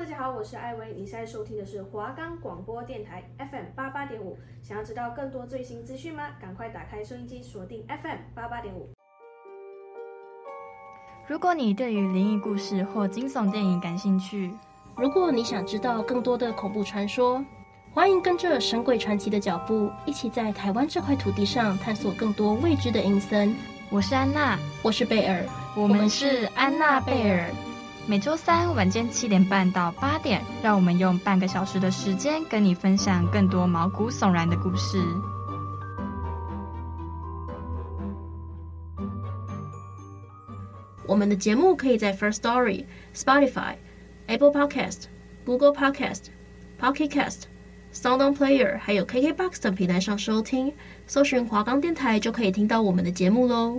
大家好，我是艾薇，你现在收听的是华冈广播电台 FM88.5。想要知道更多最新资讯吗？赶快打开收音机，锁定 FM88.5。 如果你对于灵异故事或惊悚电影感兴趣， 如果你想知道更多的恐怖传说，欢迎跟着神鬼传奇的脚步，一起在台湾这块土地上探索更多未知的阴森。 我是安娜， 我是贝尔， 我们是安娜贝尔。每周三晚间7点半到8点，让我们用半个小时的时间跟你分享更多毛骨悚然的故事。 我们的节目可以在 First Story、Spotify、Apple Podcast、Google Podcast、Pocket Cast、Sound On Player 还有 KKBOX 等平台上收听，搜寻华冈电台就可以听到我们的节目咯。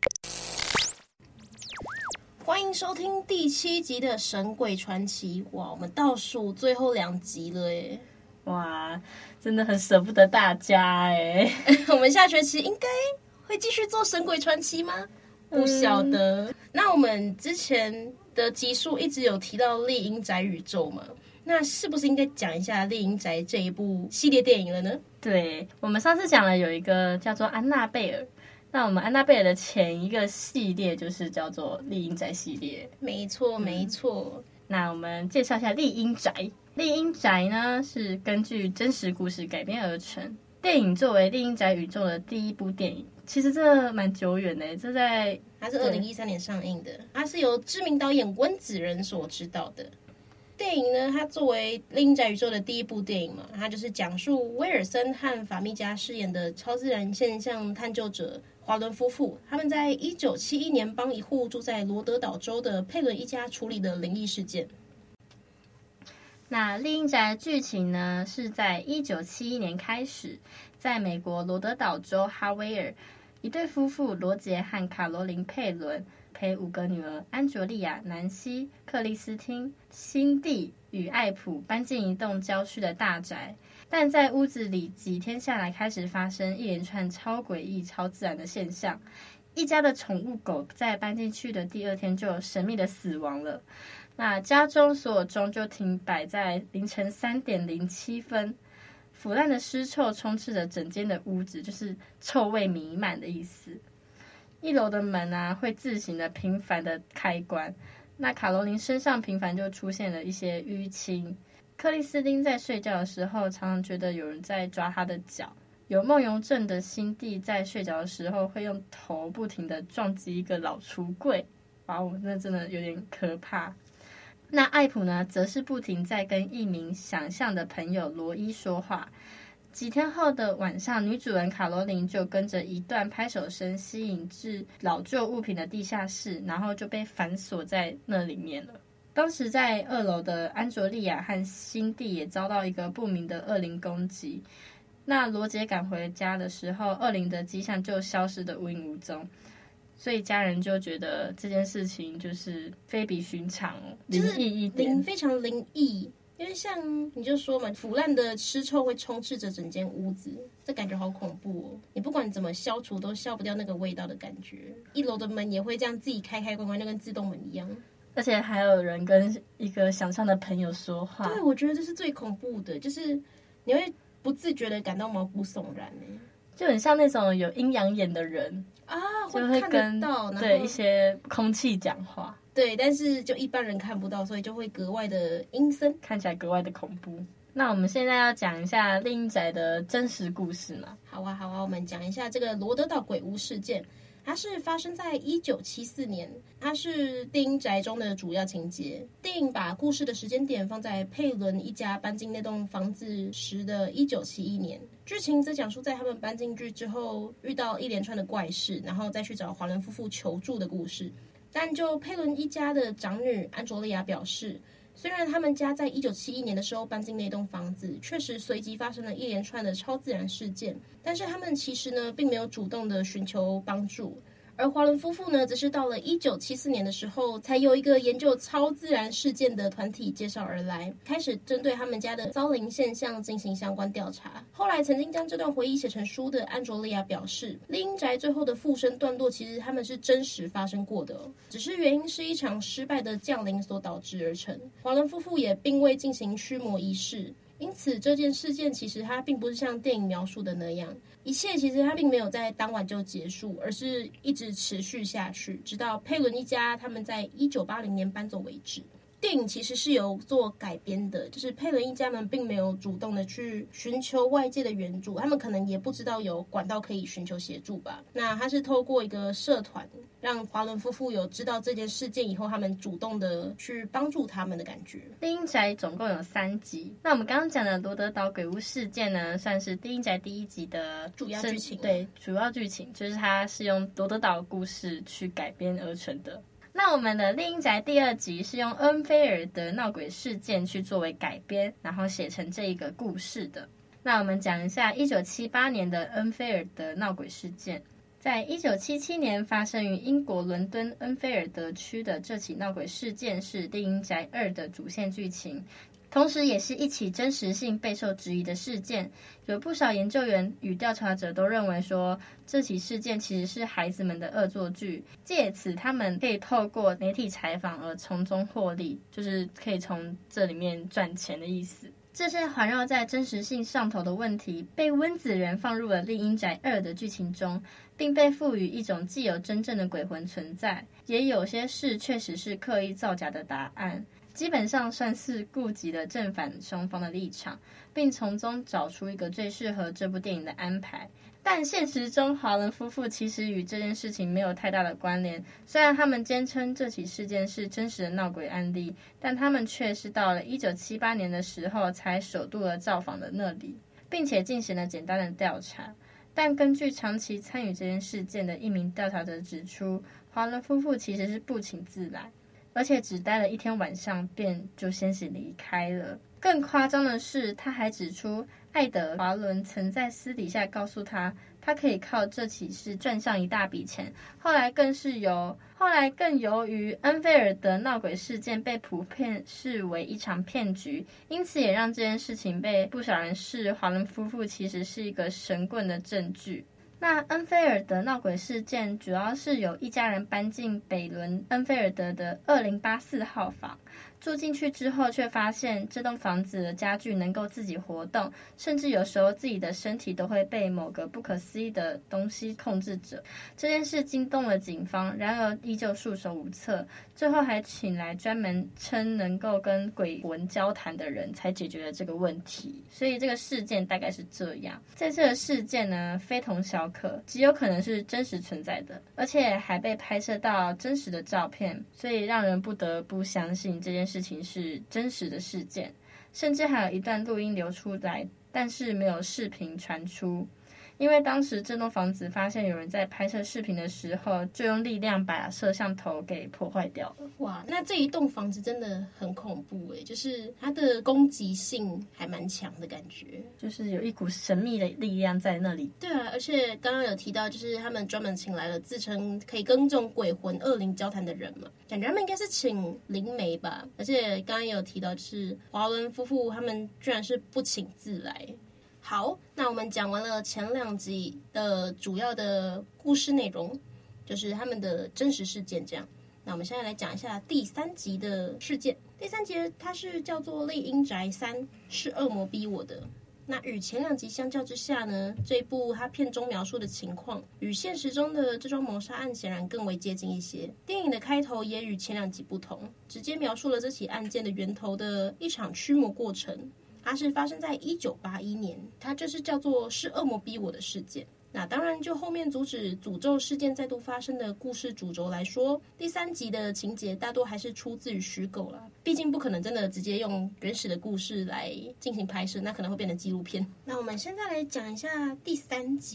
欢迎收听第7集的神鬼传奇。哇，我们倒数最后2集了耶！ 哇，真的很舍不得大家耶。 我们下学期应该会继续做神鬼传奇吗？不晓得。那我们之前的集数一直有提到丽婴宅宇宙嘛，那是不是应该讲一下丽婴宅这一部系列电影了呢？ 对，我们上次讲了有一个叫做安娜贝尔，那我们安娜贝尔的前一个系列就是叫做丽婴宅系列。 没错没错。 那我们介绍一下丽婴宅。丽婴宅呢是根据真实故事改编而成，电影作为丽婴宅宇宙的第一部电影，其实这蛮久远的， 它是2013年上映的，它是由知名导演温子仁所执导的。电影呢，它作为丽婴宅宇宙的第一部电影嘛，它就是讲述威尔森和法米加饰演的超自然现象探究者华伦夫妇，他们在1971年帮一户住在罗德岛州的佩伦一家处理的灵异事件。 那丽婴宅的剧情呢，是在1971年开始，在美国罗德岛州哈威尔，一对夫妇罗杰和卡罗琳·佩伦陪5个女儿安卓利亚、南希、克里斯汀、辛蒂与艾普搬进一栋郊区的大宅，但在屋子里几天下来，开始发生一连串超诡异、超自然的现象。一家的宠物狗在搬进去的第2天就神秘的死亡了。那家中所有钟就停摆在凌晨3点07分，腐烂的尸臭充斥着整间的屋子，就是臭味弥漫的意思。1楼的门啊会自行的频繁的开关，那卡罗琳身上频繁就出现了一些淤青。克里斯汀在睡觉的时候常常觉得有人在抓他的脚，有梦游症的辛蒂在睡着的时候会用头不停的撞击一个老橱柜。哇，那真的有点可怕。那艾普呢，则是不停在跟一名想象的朋友罗伊说话。几天后的晚上，女主人卡罗琳就跟着一段拍手声吸引至老旧物品的地下室，然后就被反锁在那里面了。当时在2楼的安卓利亚和辛蒂也遭到一个不明的恶灵攻击。那罗杰赶回家的时候，恶灵的迹象就消失得无影无踪。所以家人就觉得这件事情就是非比寻常，灵异一点， 非常灵异。因为像你就说嘛，腐烂的尸臭会充斥着整间屋子，这感觉好恐怖哦！你不管怎么消除，都消不掉那个味道的感觉。1楼的门也会这样自己开关关，就跟自动门一样。 而且还有人跟一个想象的朋友说话。 对，我觉得这是最恐怖的，就是你会不自觉的感到毛骨悚然， 就很像那种有阴阳眼的人啊， 就会跟对一些空气讲话。 对，但是就一般人看不到，所以就会格外的阴森， 看起来格外的恐怖。那我们现在要讲一下丽婴宅的真实故事嘛？ 好啊，我们讲一下这个罗德岛鬼屋事件。它是发生在1974年，它是丽婴宅中的主要情节。电影把故事的时间点放在佩伦一家搬进那栋房子时的1971年，剧情则讲述在他们搬进去之后遇到一连串的怪事，然后再去找华伦夫妇求助的故事。但就佩伦一家的长女安卓利亚表示，虽然他们家在1971年的时候搬进那栋房子，确实随即发生了一连串的超自然事件，但是他们其实呢并没有主动的寻求帮助， 而华伦夫妇呢，则是到了1974年的时候，才由一个研究超自然事件的团体介绍而来，开始针对他们家的遭灵现象进行相关调查。后来曾经将这段回忆写成书的安卓利亚表示，丽婴宅最后的附身段落其实他们是真实发生过的，只是原因是一场失败的降临所导致而成。华伦夫妇也并未进行驱魔仪式，因此这件事件其实它并不是像电影描述的那样，一切其实它并没有在当晚就结束，而是一直持续下去，直到佩伦一家他们在1980年搬走为止。电影其实是有做改编的，就是佩伦一家们并没有主动的去寻求外界的援助，他们可能也不知道有管道可以寻求协助吧。那他是透过一个社团，让华伦夫妇有知道这件事件以后，他们主动的去帮助他们的感觉。 丽婴宅总共有3集，那我们刚刚讲的罗德岛鬼屋事件呢，算是丽婴宅第1集的主要剧情。 对，主要剧情就是它是用罗德岛的故事去改编而成的。那我们的丽婴宅第2集是用恩菲尔德闹鬼事件去作为改编，然后写成这一个故事的。那我们讲一下1978年的恩菲尔德闹鬼事件。在1977年发生于英国伦敦恩菲尔德区的这起闹鬼事件是丽婴宅2的主线剧情，同时也是一起真实性备受质疑的事件。有不少研究员与调查者都认为说，这起事件其实是孩子们的恶作剧，借此他们可以透过媒体采访而从中获利，就是可以从这里面赚钱的意思。这些环绕在真实性上头的问题，被温子仁放入了《丽婴宅2》的剧情中，并被赋予一种既有真正的鬼魂存在，也有些事确实是刻意造假的答案。基本上算是顾及了正反双方的立场，并从中找出一个最适合这部电影的安排。但现实中，华伦夫妇其实与这件事情没有太大的关联。虽然他们坚称这起事件是真实的闹鬼案例，但他们却是到了1978年的时候才首度的造访了那里，并且进行了简单的调查。但根据长期参与这件事件的一名调查者指出，华伦夫妇其实是不请自来，而且只待了1天晚上便就先行离开了。更夸张的是，他还指出艾德·华伦曾在私底下告诉他，他可以靠这起事赚上一大笔钱。后来更由于恩菲尔德闹鬼事件被普遍视为一场骗局，因此也让这件事情被不少人视华伦夫妇其实是一个神棍的证据。那恩菲尔德闹鬼事件主要是有一家人搬进北伦恩菲尔德的2084号房，住进去之后却发现这栋房子的家具能够自己活动，甚至有时候自己的身体都会被某个不可思议的东西控制着。这件事惊动了警方，然而依旧束手无策，最后还请来专门称能够跟鬼魂交谈的人才解决了这个问题。所以这个事件大概是这样。在这个事件呢，非同小可，极有可能是真实存在的，而且还被拍摄到真实的照片，所以让人不得不相信这件事情是真实的事件。甚至还有一段录音流出来，但是没有视频传出，因为当时这栋房子发现有人在拍摄视频的时候，就用力量把摄像头给破坏掉了。 哇，那这一栋房子真的很恐怖耶，就是它的攻击性还蛮强的感觉， 就是有一股神秘的力量在那里。 对啊，而且刚刚有提到，就是他们专门请来了自称可以跟这种鬼魂恶灵交谈的人嘛，感觉他们应该是请灵媒吧。而且刚刚也有提到，就是华伦夫妇他们居然是不请自来。好，那我们讲完了前2集的主要的故事内容，就是他们的真实事件这样。那我们现在来讲一下第3集的事件。第3集它是叫做《丽婴宅3》，是恶魔逼我的。那与前2集相较之下呢，这一部它片中描述的情况与现实中的这桩谋杀案显然更为接近一些。电影的开头也与前2集不同，直接描述了这起案件的源头的一场驱魔过程。它是发生在1981年，它就是叫做是恶魔逼我的事件。那当然，就后面阻止诅咒事件再度发生的故事主轴来说，第3集的情节大多还是出自于虚构啦，毕竟不可能真的直接用原始的故事来进行拍摄，那可能会变成纪录片。那我们现在来讲一下第3集。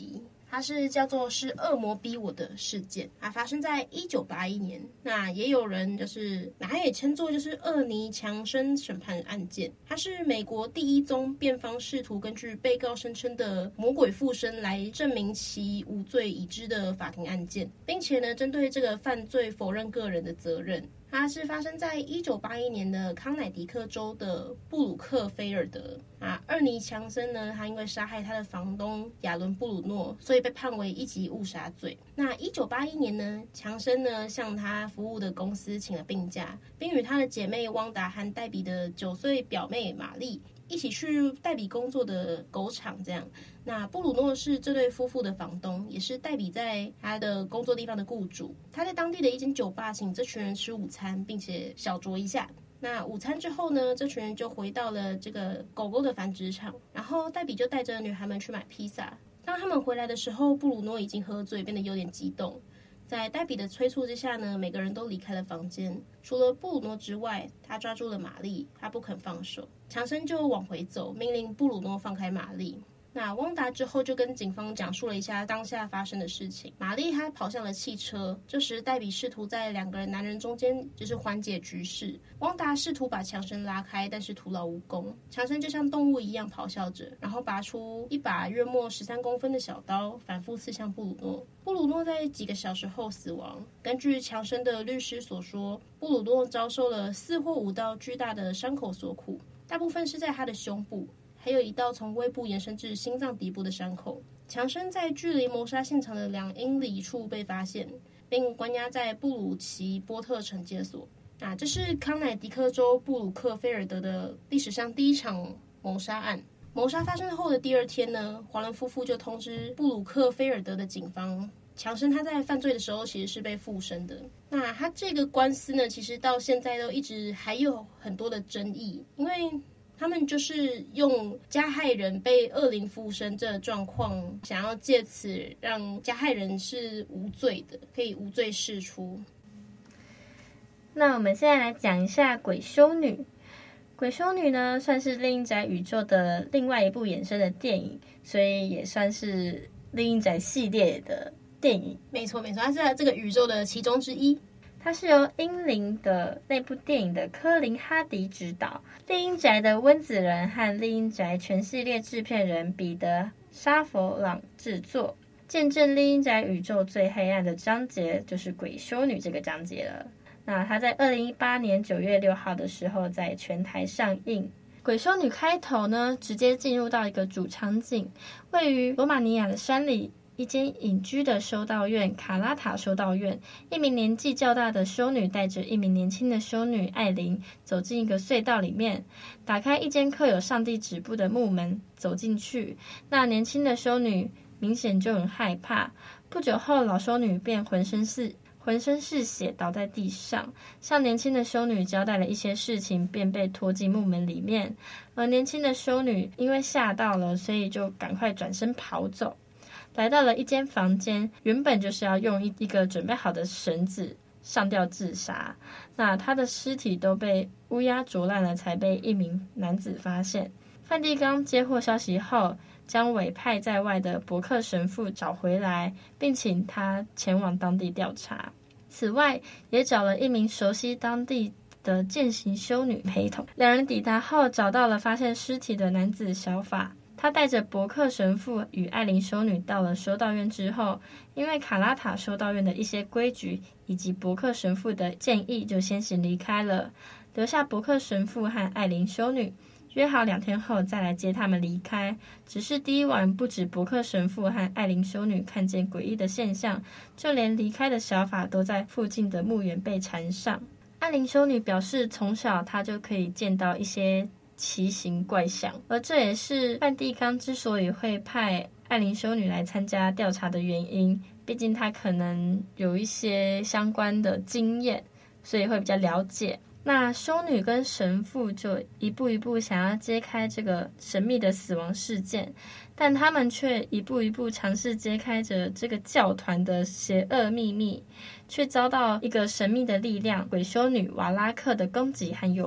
它是叫做是恶魔逼我的事件啊，发生在1981年。那也有人它也称作厄尼强生审判案件。它是美国第一宗辩方试图根据被告声称的魔鬼附身来证明其无罪已知的法庭案件，并且呢，针对这个犯罪否认个人的责任。它是发生在1981年的康乃狄克州的布鲁克菲尔德啊。厄尼强森呢，他因为杀害他的房东亚伦布鲁诺，所以被判为1级误杀罪。那1981年呢，强森呢向他服务的公司请了病假，并与他的姐妹汪达和黛比的9岁表妹玛丽一起去黛比工作的狗场。这样，那布鲁诺是这对夫妇的房东，也是黛比在他的工作地方的雇主。他在当地的一间酒吧请这群人吃午餐，并且小酌一下。那午餐之后呢，这群人就回到了这个狗狗的繁殖场，然后黛比就带着女孩们去买披萨。当他们回来的时候，布鲁诺已经喝醉，变得有点激动。在黛比的催促之下呢，每个人都离开了房间，除了布鲁诺之外，他抓住了玛丽，他不肯放手。强森就往回走，命令布鲁诺放开玛丽。那汪达之后就跟警方讲述了一下当下发生的事情。玛丽她跑向了汽车，这时黛比试图在2个男人中间缓解局势。汪达试图把强森拉开，但是徒劳无功。强森就像动物一样咆哮着，然后拔出一把约莫13公分的小刀，反复刺向布鲁诺。布鲁诺在几个小时后死亡。根据强森的律师所说，布鲁诺遭受了4或5道巨大的伤口所苦，大部分是在他的胸部，还有1道从胃部延伸至心脏底部的伤口。强森在距离谋杀现场的2英里处被发现，并关押在布鲁奇波特惩戒所。这是康乃狄克州布鲁克菲尔德的历史上第1场谋杀案。谋杀发生后的第2天呢，华伦夫妇就通知布鲁克菲尔德的警方，强森他在犯罪的时候其实是被附身的。那他这个官司呢，其实到现在都一直还有很多的争议，因为他们用加害人被恶灵附身这状况，想要借此让加害人是无罪的，可以无罪释出。 那我们现在来讲一下鬼修女。鬼修女呢，算是丽婴宅宇宙的另外一部衍生的电影，所以也算是丽婴宅系列的电影。 没错，它是这个宇宙的其中之一。 它是由英灵的那部电影的科林哈迪执导，丽婴宅的温子仁和丽婴宅全系列制片人彼得沙佛朗制作。见证丽婴宅宇宙最黑暗的章节就是鬼修女这个章节了。那它在2018年9月6号的时候在全台上映。鬼修女开头呢，直接进入到一个主场景，位于罗马尼亚的山里一间隐居的修道院卡拉塔修道院，一名年纪较大的修女带着一名年轻的修女艾琳走进一个隧道里面，打开一间刻有上帝指部的木门，走进去。那年轻的修女明显就很害怕，不久后老修女便浑身是血倒在地上，向年轻的修女交代了一些事情，便被拖进木门里面。而年轻的修女因为吓到了，所以就赶快转身跑走，来到了一间房间，原本就是要用一个准备好的绳子上吊自杀。那她的尸体都被乌鸦啄烂了，才被一名男子发现。梵蒂冈接获消息后，将委派在外的伯克神父找回来，并请他前往当地调查。此外，也找了一名熟悉当地的践行修女陪同。2人抵达后，找到了发现尸体的男子小法。他带着伯克神父与艾琳修女到了修道院之后，因为卡拉塔修道院的一些规矩以及伯克神父的建议，就先行离开了，留下伯克神父和艾琳修女，约好2天后再来接他们离开。只是第一晚，不止伯克神父和艾琳修女看见诡异的现象，就连离开的小法都在附近的墓园被缠上。艾琳修女表示，从小她就可以见到一些奇形怪象，而这也是梵蒂冈之所以会派艾琳修女来参加调查的原因，毕竟她可能有一些相关的经验，所以会比较了解。那修女跟神父就一步一步想要揭开这个神秘的死亡事件，但他们却一步一步尝试揭开着这个教团的邪恶秘密，却遭到一个神秘的力量鬼修女瓦拉克的攻击和诱惑。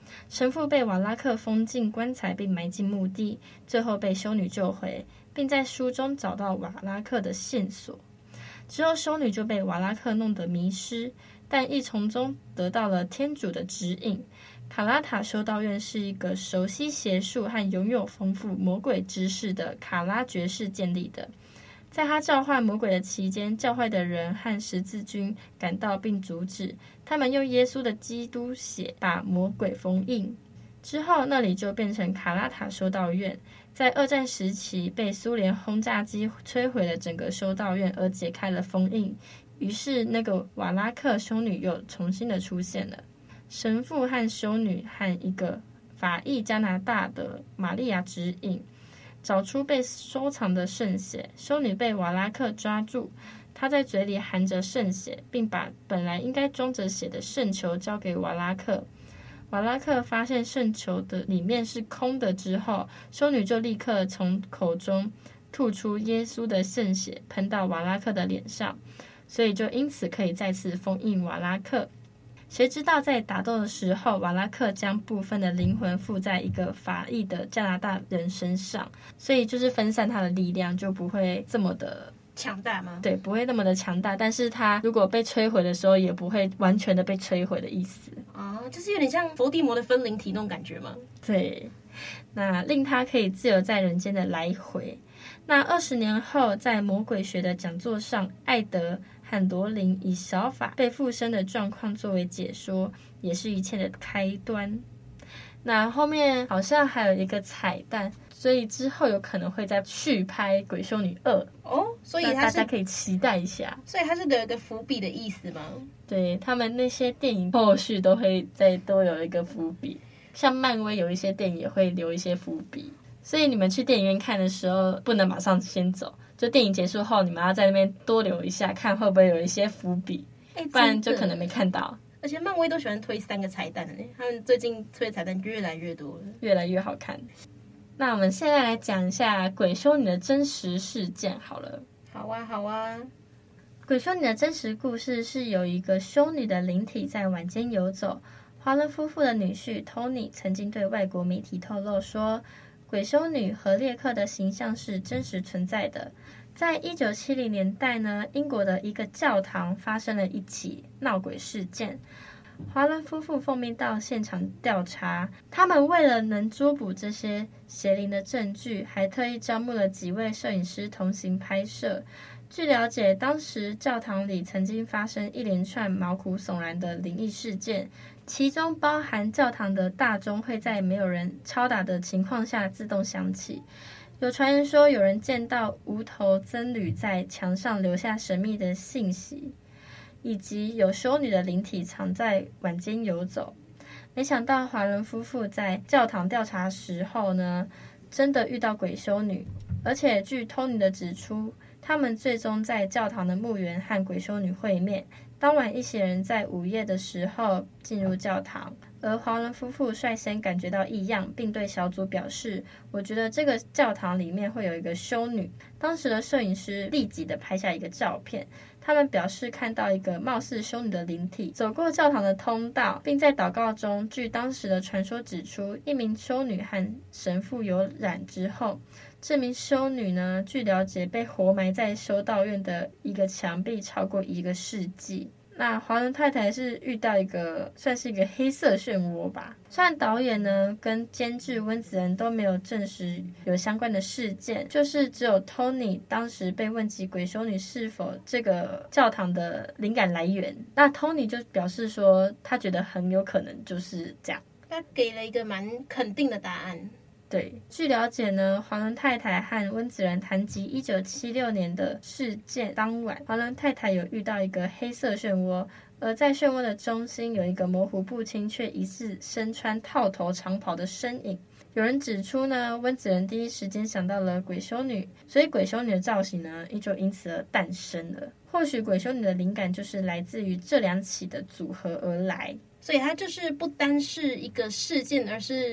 神父被瓦拉克封进棺材并埋进墓地，最后被修女救回，并在书中找到瓦拉克的线索。之后修女就被瓦拉克弄得迷失，但亦从中得到了天主的指引。卡拉塔修道院是一个熟悉邪术和拥有丰富魔鬼知识的卡拉爵士建立的。在他召唤魔鬼的期间，教会的人和十字军赶到并阻止，他们用耶稣的基督血把魔鬼封印。之后那里就变成卡拉塔修道院。在二战时期被苏联轰炸机摧毁了整个修道院，而解开了封印，于是那个瓦拉克修女又重新的出现了。神父和修女和一个法裔加拿大的玛利亚指引，找出被收藏的圣血。修女被瓦拉克抓住，她在嘴里含着圣血，并把本来应该装着血的圣球交给瓦拉克。瓦拉克发现圣球的里面是空的之后，修女就立刻从口中吐出耶稣的圣血，喷到瓦拉克的脸上，所以就因此可以再次封印瓦拉克。谁知道在打斗的时候，瓦拉克将部分的灵魂附在一个法裔的加拿大人身上，所以就是分散他的力量，就不会这么的强大吗？ 对，不会那么的强大，但是他如果被摧毁的时候，也不会完全的被摧毁的意思。 就是有点像伏地魔的分灵体那种感觉吗？ 对，那令他可以自由在人间的来回。那20年后，在魔鬼学的讲座上，艾德和罗琳以小法被附身的状况作为解说，也是一切的开端。那后面好像还有一个彩蛋，所以之后有可能会再续拍《鬼修女2》 哦，所以大家可以期待一下。 所以它是有一个伏笔的意思吗？ 对，他们那些电影后续都会都有一个伏笔，像漫威有一些电影也会留一些伏笔，所以你们去电影院看的时候不能马上先走，就电影结束后你们要在那边多留一下，看会不会有一些伏笔，不然就可能没看到。 而且漫威都喜欢推3个彩蛋的，他们最近推的彩蛋越来越多了， 越来越好看。那我们现在来讲一下鬼修女的真实事件好了。 好啊好啊。 鬼修女的真实故事是有一个修女的灵体在晚间游走。华伦夫妇的女婿 Tony 曾经对外国媒体透露说，鬼修女和列克的形象是真实存在的。在1970年代呢，英国的一个教堂发生了一起闹鬼事件。华伦夫妇奉命到现场调查，他们为了能捉捕这些邪灵的证据，还特意招募了几位摄影师同行拍摄。据了解，当时教堂里曾经发生一连串毛骨悚然的灵异事件，其中包含教堂的大钟会在没有人敲打的情况下自动响起。有传言说有人见到无头僧侣在墙上留下神秘的信息，以及有修女的灵体常在晚间游走。没想到华伦夫妇在教堂调查时候呢，真的遇到鬼修女，而且据Tony的指出，他们最终在教堂的墓园和鬼修女会面。当晚一些人在午夜的时候进入教堂，而华伦夫妇率先感觉到异样，并对小组表示，我觉得这个教堂里面会有一个修女。当时的摄影师立即的拍下一个照片，他们表示看到一个貌似修女的灵体走过教堂的通道，并在祷告中，据当时的传说指出，一名修女和神父有染之后，这名修女呢，据了解被活埋在修道院的一个墙壁超过1个世纪。那华伦太太是遇到算是一个黑色漩涡吧。虽然导演呢跟监制温子仁都没有证实有相关的事件，就是只有 Tony 当时被问及鬼修女是否这个教堂的灵感来源，那 Tony 就表示说他觉得很有可能就是这样， 他给了一个蛮肯定的答案。 对，据了解呢，华伦太太和温子仁谈及1976年的事件当晚，华伦太太有遇到一个黑色漩涡，而在漩涡的中心有一个模糊不清却疑似身穿套头长袍的身影。有人指出呢，温子仁第一时间想到了鬼修女，所以鬼修女的造型呢，就因此而诞生了。或许鬼修女的灵感就是来自于这2起的组合而来， 所以它就是不单是一个事件，而是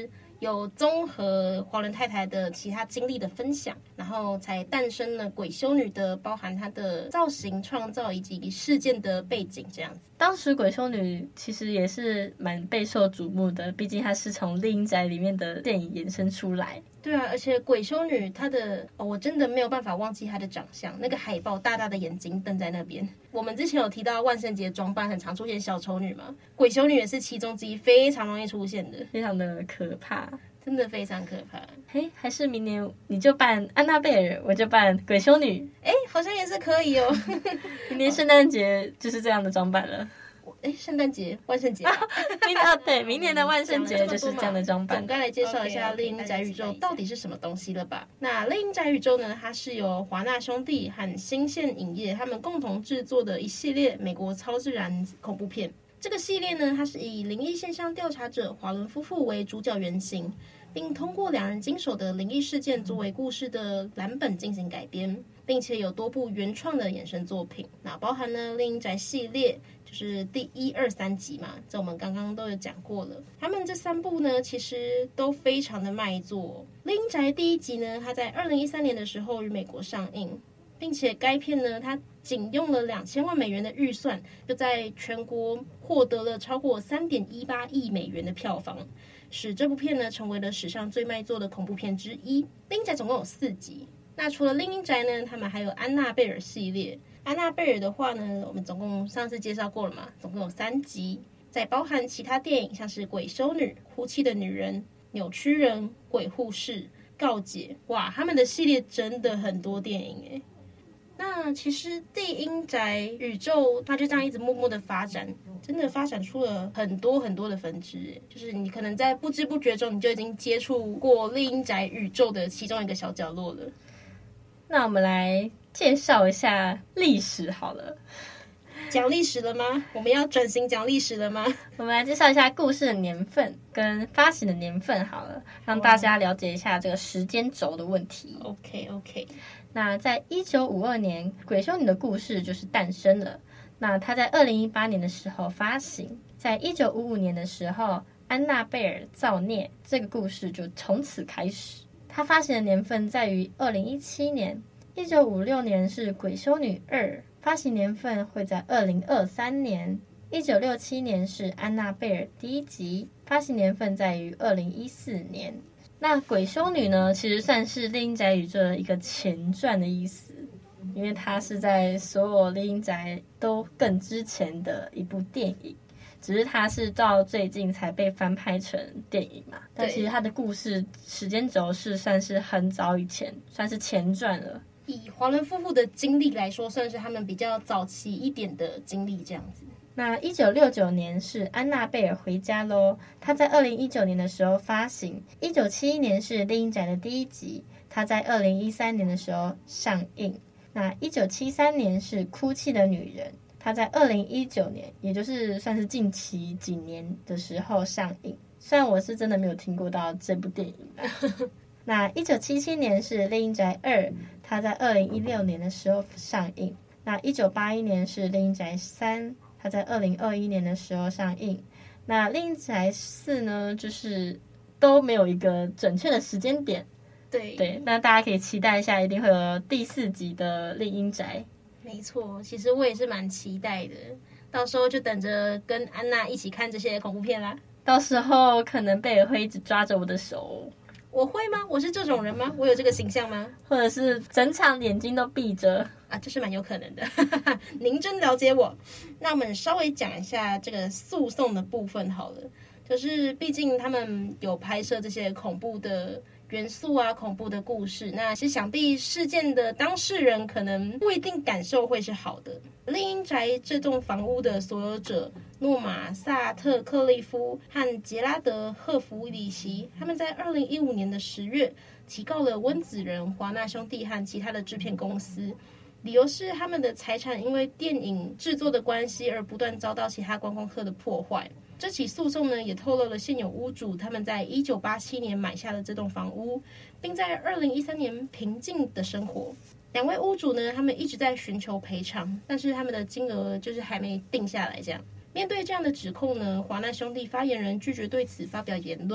有综合华伦太太的其他经历的分享，然后才诞生了鬼修女的包含她的造型创造以及事件的背景这样子。 当时鬼修女其实也是蛮备受瞩目的，毕竟她是从丽英宅里面的电影延伸出来。 对啊，而且鬼修女她的我真的没有办法忘记她的长相，那个海报大大的眼睛瞪在那边。我们之前有提到万圣节装扮很常出现小丑女嘛，鬼修女也是其中之一，非常容易出现的， 非常的可怕， 真的非常可怕。 还是明年你就扮安娜贝尔，我就扮鬼修女， 好像也是可以哦。 明年圣诞节就是这样的装扮了。 圣诞节、万圣节对，明年的万圣节就是这样的装扮。 总该来介绍一下丽英宅宇宙到底是什么东西了吧？那丽英宅宇宙呢，它是由华纳兄弟和新线影业他们共同制作的一系列美国超自然恐怖片。这个系列呢，它是以灵异现象调查者华伦夫妇为主角原型，并通过2人经手的灵异事件作为故事的蓝本进行改编，并且有多部原创的衍生作品。那包含呢丽英宅系列，就是第1、2、3集嘛，这我们刚刚都有讲过了。他们这3部呢，其实都非常的卖座。丽英宅第1集呢，它在2013年的时候于美国上映，并且该片呢，它仅用了$2000万的预算，就在全国获得了超过3.18亿美元的票房，使这部片呢成为了史上最卖座的恐怖片之一。丽英宅总共有4集。那除了丽英宅呢，他们还有安娜贝尔系列。安娜贝尔的话呢，我们总共上次介绍过了嘛，总共有3集，再包含其他电影，像是鬼修女、哭泣的女人、扭曲人、鬼护士、告解。哇，他们的系列真的很多电影耶。那其实丽英宅宇宙它就这样一直默默的发展，真的发展出了很多很多的分支，就是你可能在不知不觉中你就已经接触过丽英宅宇宙的其中一个小角落了。 那我们来介绍一下历史好了。 讲历史了吗？我们要转型讲历史了吗？ 我们来介绍一下故事的年份跟发行的年份好了，让大家了解一下这个时间轴的问题。 OK。 那在1952年，鬼修女的故事就是诞生了。那它在2018年的时候发行，在1955年的时候，安娜贝尔造孽这个故事就从此开始。它发行的年份在于2017年，1956年是鬼修女2，发行年份会在2023年。1967年是安娜贝尔第1集，发行年份在于2014年。那鬼修女呢，其实算是丽英宅宇宙的一个前传的意思，因为它是在所有丽英宅都更之前的一部电影，只是它是到最近才被翻拍成电影嘛。但其实它的故事时间轴是算是很早以前，算是前传了。 以华伦夫妇的经历来说，算是他们比较早期一点的经历这样子。 那1969年是安娜贝尔回家咯，她在2019年的时候发行。1971年是丽英宅的第1集，她在2013年的时候上映。那1973年是哭泣的女人，她在2019年，也就是算是近期几年的时候上映。虽然我是真的没有听过到这部电影那1977年是丽英宅2，她在2016年的时候上映。那1981年是丽英宅3，它在2021年的时候上映。那丽英宅4呢，就是都没有一个准确的时间点。对，那大家可以期待一下，一定会有第4集的丽英宅。 没错，其实我也是蛮期待的，到时候就等着跟安娜一起看这些恐怖片啦。 到时候可能贝尔会一直抓着我的手。 我会吗？我是这种人吗？我有这个形象吗？ 或者是整场眼睛都闭着啊，这是蛮有可能的。您真了解我。那我们稍微讲一下这个诉讼的部分好了，就是毕竟他们有拍摄这些恐怖的元素啊，恐怖的故事，那其实想必事件的当事人可能不一定感受会是好的。丽英宅这栋房屋的所有者诺玛·萨特克利夫和杰拉德·赫弗里奇，他们在2015年的10月提告了温子仁、华纳兄弟和其他的制片公司，理由是他们的财产因为电影制作的关系而不断遭到其他观光客的破坏。这起诉讼呢，也透露了现有屋主他们在1987年买下了这栋房屋，并在2013年平静的生活。2位屋主呢，他们一直在寻求赔偿，但是他们的金额就是还没定下来这样。面对这样的指控呢，华纳兄弟发言人拒绝对此发表言论，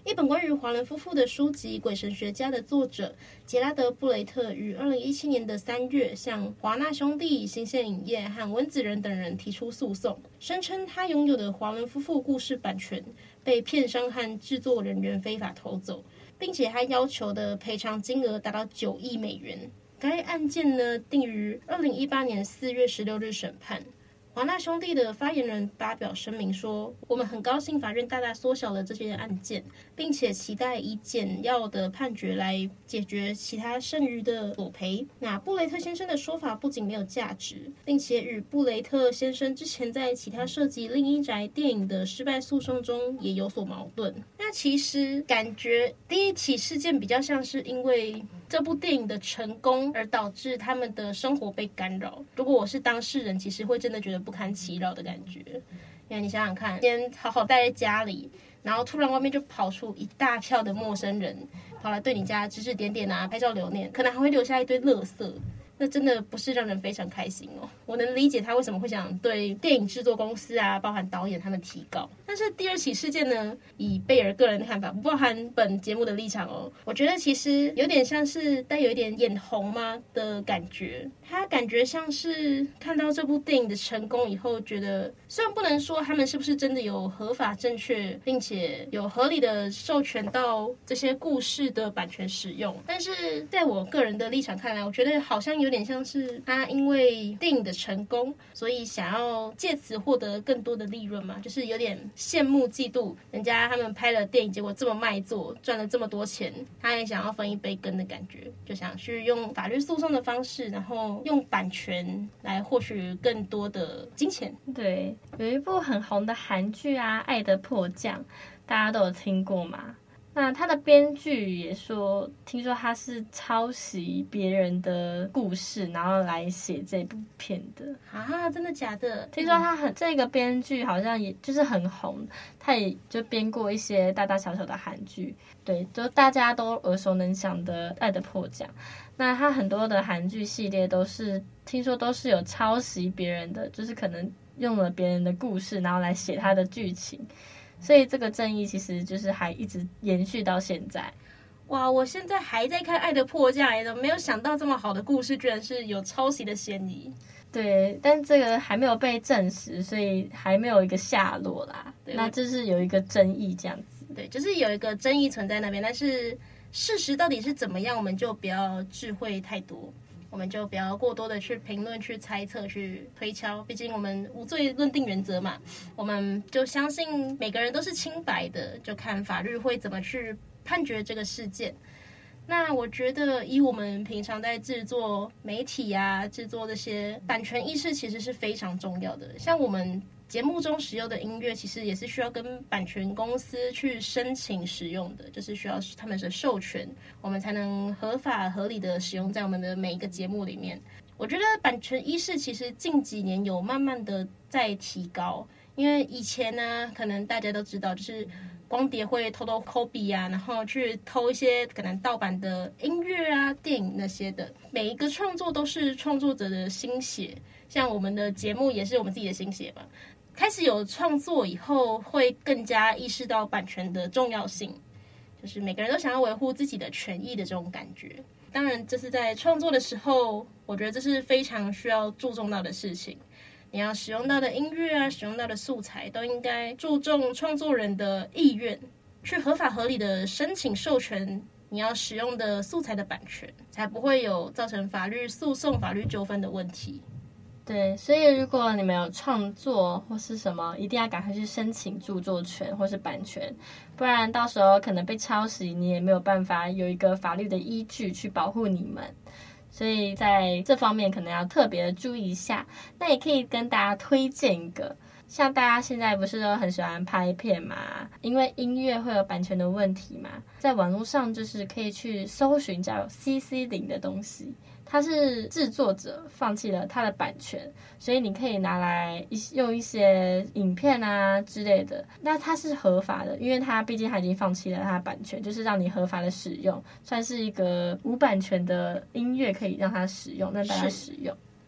一本关于华伦夫妇的书籍《鬼神学家》的作者杰拉德·布雷特于2017年的3月向华纳兄弟、新线影业和温子仁等人提出诉讼，声称他拥有的华伦夫妇故事版权被片商和制作人员非法偷走，并且他要求的赔偿金额达到9亿美元。该案件呢，定于2018年4月16日审判。华纳兄弟的发言人发表声明说，我们很高兴法院大大缩小了这些案件，并且期待以简要的判决来解决其他剩余的索赔。那布雷特先生的说法不仅没有价值，并且与布雷特先生之前在其他涉及另一宅电影的失败诉讼中也有所矛盾。那其实感觉第一起事件比较像是因为这部电影的成功而导致他们的生活被干扰。如果我是当事人，其实会真的觉得不堪其扰的感觉。因为你想想看，今天好好待在家里，然后突然外面就跑出一大票的陌生人，跑来对你家指指点点啊，拍照留念，可能还会留下一堆垃圾。那真的不是让人非常开心哦。我能理解他为什么会想对电影制作公司啊，包含导演他们提告。但是第二起事件呢，以贝尔个人的看法，不包含本节目的立场哦。我觉得其实有点像是带有一点眼红吗的感觉。他感觉像是看到这部电影的成功以后，觉得虽然不能说他们是不是真的有合法正确，并且有合理的授权到这些故事的版权使用，但是在我个人的立场看来，我觉得好像有点像是他因为电影的成功，所以想要借此获得更多的利润嘛，就是有点羡慕嫉妒人家他们拍了电影结果这么卖座，赚了这么多钱，他也想要分一杯羹的感觉，就想去用法律诉讼的方式，然后用版权来获取更多的金钱。 对，有一部很红的韩剧啊，《爱的迫降》，大家都有听过吗？那他的编剧也说，听说他是抄袭别人的故事，然后来写这部片的啊？真的假的？ 听说这个编剧好像也就是很红，他也就编过一些大大小小的韩剧，对，就大家都耳熟能详的《爱的迫降》。那他很多的韩剧系列都是听说都是有抄袭别人的，就是可能用了别人的故事，然后来写他的剧情。所以这个争议其实就是还一直延续到现在。 哇，我现在还在看《爱的迫降》，没有想到这么好的故事居然是有抄袭的嫌疑。 对，但这个还没有被证实，所以还没有一个下落啦。那就是有一个争议这样子。 对，就是有一个争议存在那边，但是事实到底是怎么样，我们就不要智慧太多。我们就不要过多的去评论、去猜测、去推敲，毕竟我们无罪论定原则嘛，我们就相信每个人都是清白的，就看法律会怎么去判决这个事件。那我觉得以我们平常在制作媒体啊，制作这些版权意识其实是非常重要的。像我们节目中使用的音乐其实也是需要跟版权公司去申请使用的，就是需要他们的授权，我们才能合法合理的使用在我们的每一个节目里面。我觉得版权意识其实近几年有慢慢的在提高，因为以前呢，可能大家都知道，就是光碟会偷偷copy啊，然后去偷一些可能盗版的音乐啊、电影那些的。每一个创作都是创作者的心血，像我们的节目也是我们自己的心血嘛。开始有创作以后，会更加意识到版权的重要性，就是每个人都想要维护自己的权益的这种感觉。当然，这是在创作的时候，我觉得这是非常需要注重到的事情。你要使用到的音乐啊，使用到的素材，都应该注重创作人的意愿，去合法合理的申请授权你要使用的素材的版权，才不会有造成法律诉讼、法律纠纷的问题。 对，所以如果你们有创作或是什么，一定要赶快去申请著作权或是版权，不然到时候可能被抄袭，你也没有办法有一个法律的依据去保护你们。所以在这方面可能要特别的注意一下。那也可以跟大家推荐一个，像大家现在不是都很喜欢拍片嘛，因为音乐会有版权的问题嘛，在网络上就是可以去搜寻叫 CC0 的东西，它是制作者放弃了他的版权，所以你可以拿来用一些影片啊之类的，那它是合法的，因为它毕竟它已经放弃了它的版权，就是让你合法的使用，算是一个无版权的音乐可以让它使用，让大家使用。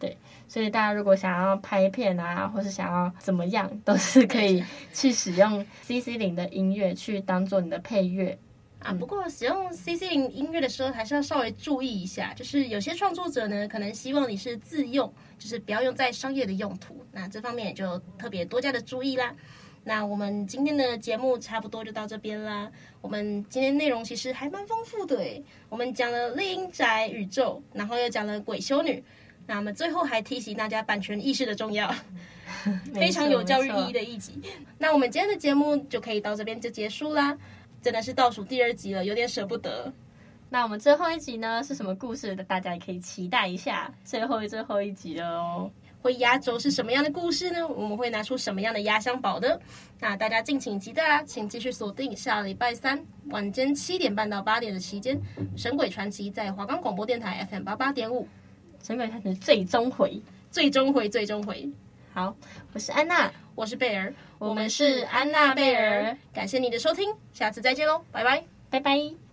对，所以大家如果想要拍片啊，或是想要怎么样，都是可以去使用 CC0的音乐去当做你的配乐。 不过使用 CC0音乐的时候，还是要稍微注意一下，就是有些创作者呢，可能希望你是自用，就是不要用在商业的用途，那这方面也就特别多加的注意啦。那我们今天的节目差不多就到这边啦。我们今天内容其实还蛮丰富的诶，我们讲了猎鹰宅宇宙，然后又讲了鬼修女，那我们最后还提醒大家版权意识的重要，非常有教育意义的一集。那我们今天的节目就可以到这边就结束啦。真的是倒数第2集了，有点舍不得。 那我们最后一集呢是什么故事？大家也可以期待一下最后一集了哦。 会压轴是什么样的故事呢？我们会拿出什么样的压箱宝呢？那大家敬请期待啦！请继续锁定下礼拜3晚间7点半到8点的期间，《神鬼传奇》在华冈广播电台 FM 88.5， 神鬼传奇最终回。好，我是安娜， 我是贝尔， 我们是安娜贝尔， 感谢你的收听，下次再见喽，拜拜， 拜拜。